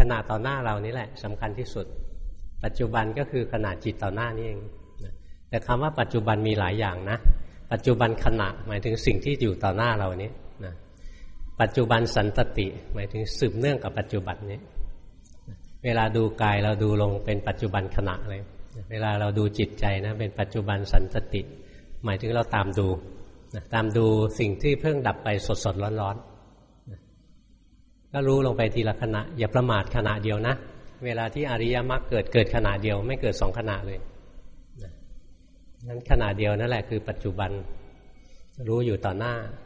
ณะต่อหน้าเรานี่แหละสำคัญที่สุดปัจจุบันก็คือขณะจิตต่อหน้านี่เองแต่คำว่าปัจจุบันมีหลายอย่างนะปัจจุบันขณะหมายถึงสิ่งที่อยู่ต่อหน้าเรานี้นะปัจจุบันสันตติหมายถึงสืบเนื่องกับปัจจุบันนี้เวลาดูกายเราดูลงเป็นปัจจุบันขณะเลยเวลาเราดูจิตใจนะเป็นปัจจุบันสันตติหมายถึงเราตามดูตามดูสิ่งที่เพิ่งดับไปสดๆร้อนๆก็รู้ลงไปทีละขณะอย่าประมาทขณะเดียวนะเวลาที่อริยมรรคเกิดขณะเดียวไม่เกิด2ขณะเลยนั้นขณะเดียวนั่นแหละคือปัจจุบันรู้อยู่ต่อหน้า